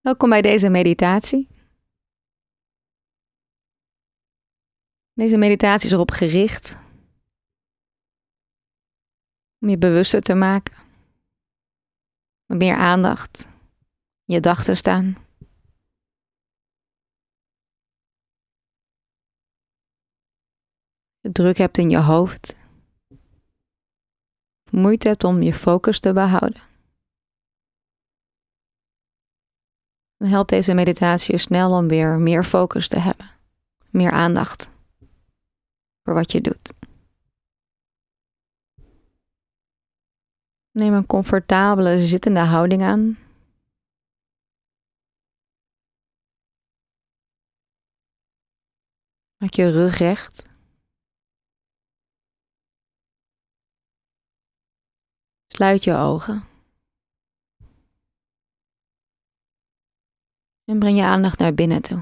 Welkom bij deze meditatie. Deze meditatie is erop gericht om je bewuster te maken, met meer aandacht in je dag te staan. Je druk hebt in je hoofd, moeite hebt om je focus te behouden. Dan helpt deze meditatie je snel om weer meer focus te hebben, meer aandacht voor wat je doet. Neem een comfortabele zittende houding aan. Maak je rug recht. Sluit je ogen. En breng je aandacht naar binnen toe.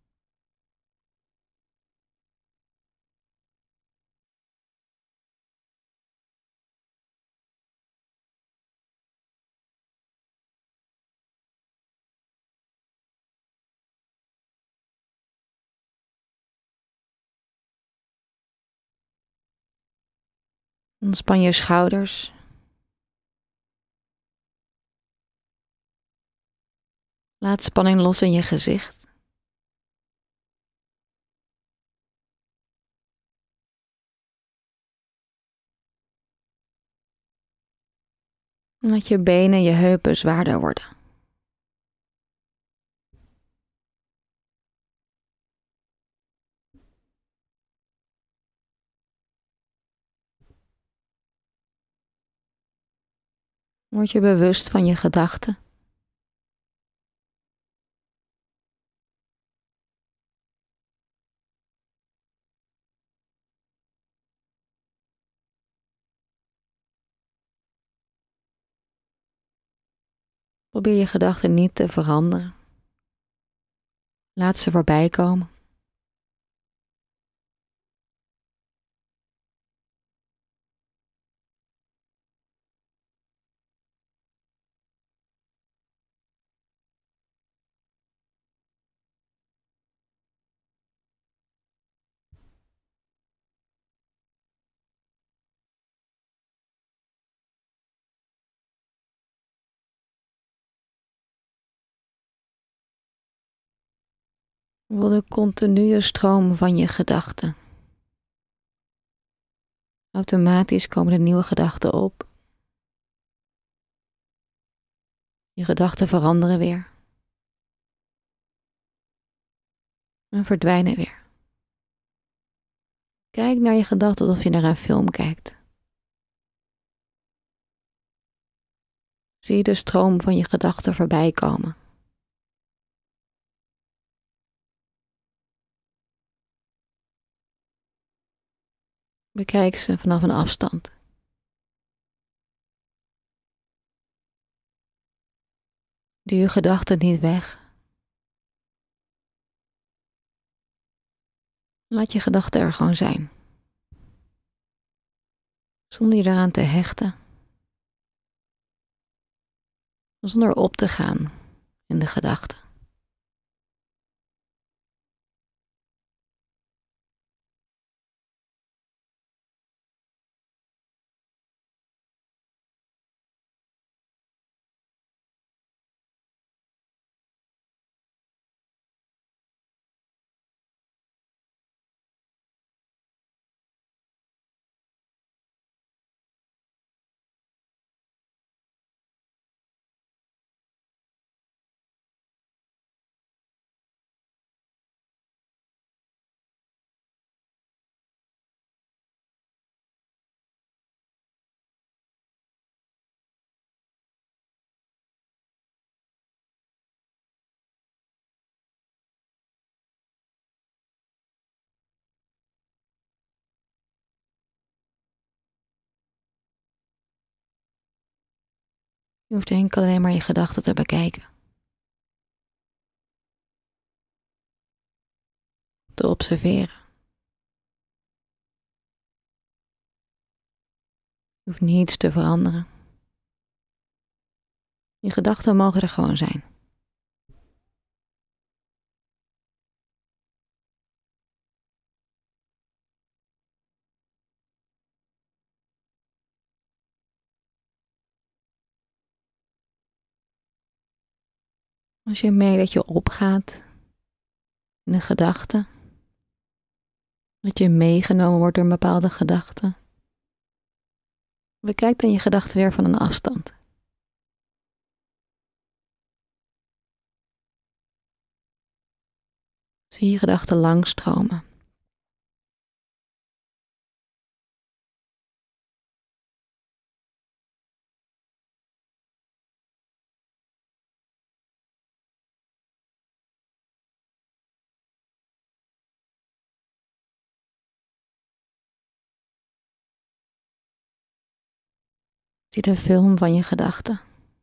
Ontspan je schouders. Laat spanning los in je gezicht. En laat je benen en je heupen zwaarder worden. Word je bewust van je gedachten. Probeer je gedachten niet te veranderen. Laat ze voorbij komen. Voel de continue stroom van je gedachten. Automatisch komen er nieuwe gedachten op. Je gedachten veranderen weer. En verdwijnen weer. Kijk naar je gedachten alsof je naar een film kijkt. Zie de stroom van je gedachten voorbij komen. Bekijk ze vanaf een afstand. Duw je gedachten niet weg. Laat je gedachten er gewoon zijn. Zonder je eraan te hechten. Zonder op te gaan in de gedachten. Je hoeft enkel alleen maar je gedachten te bekijken. Te observeren. Je hoeft niets te veranderen. Je gedachten mogen er gewoon zijn. Als je merkt dat je opgaat in een gedachte, dat je meegenomen wordt door een bepaalde gedachte, bekijk dan je gedachten weer van een afstand. Zie je gedachten langstromen. Zie de film van je gedachten.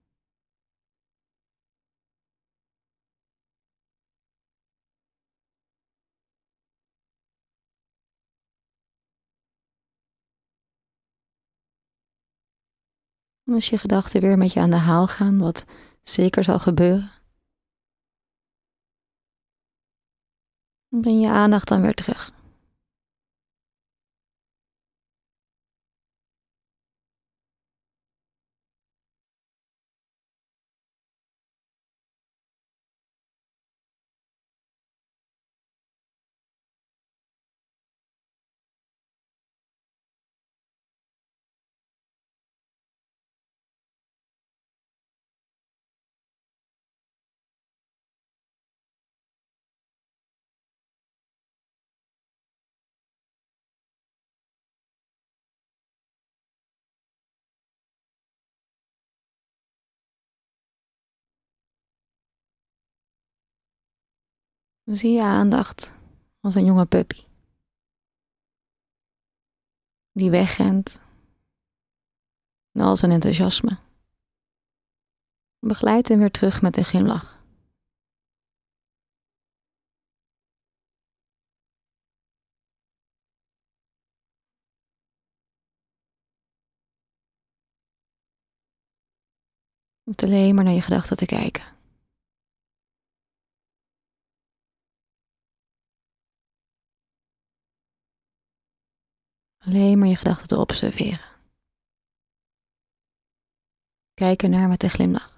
En als je gedachten weer met je aan de haal gaan, wat zeker zal gebeuren, dan breng je aandacht dan weer terug. Dan zie je aandacht als een jonge puppy die wegrent en al zijn enthousiasme. Begeleid hem weer terug met een glimlach. Je hoeft alleen maar naar je gedachten te kijken. Alleen maar je gedachten te observeren. Kijk ernaar met een glimlach.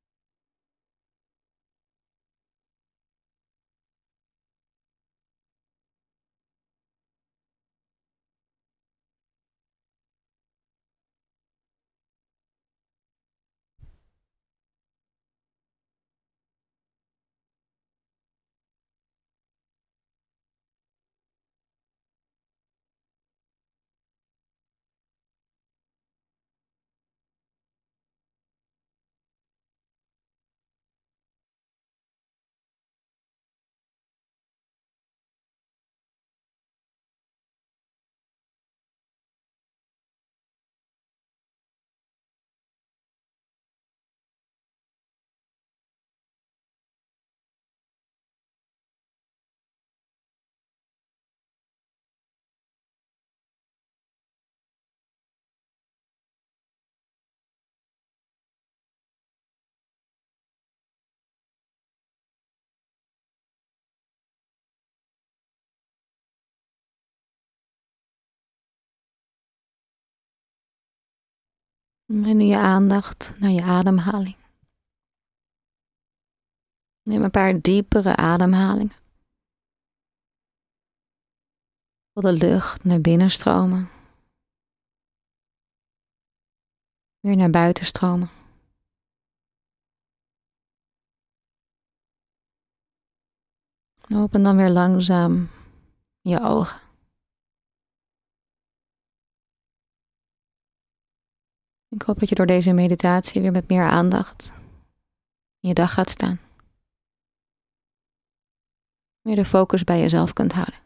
Breng nu je aandacht naar je ademhaling. Neem een paar diepere ademhalingen. Voel de lucht naar binnen stromen. Weer naar buiten stromen. En open dan weer langzaam je ogen. Ik hoop dat je door deze meditatie weer met meer aandacht in je dag gaat staan. Meer de focus bij jezelf kunt houden.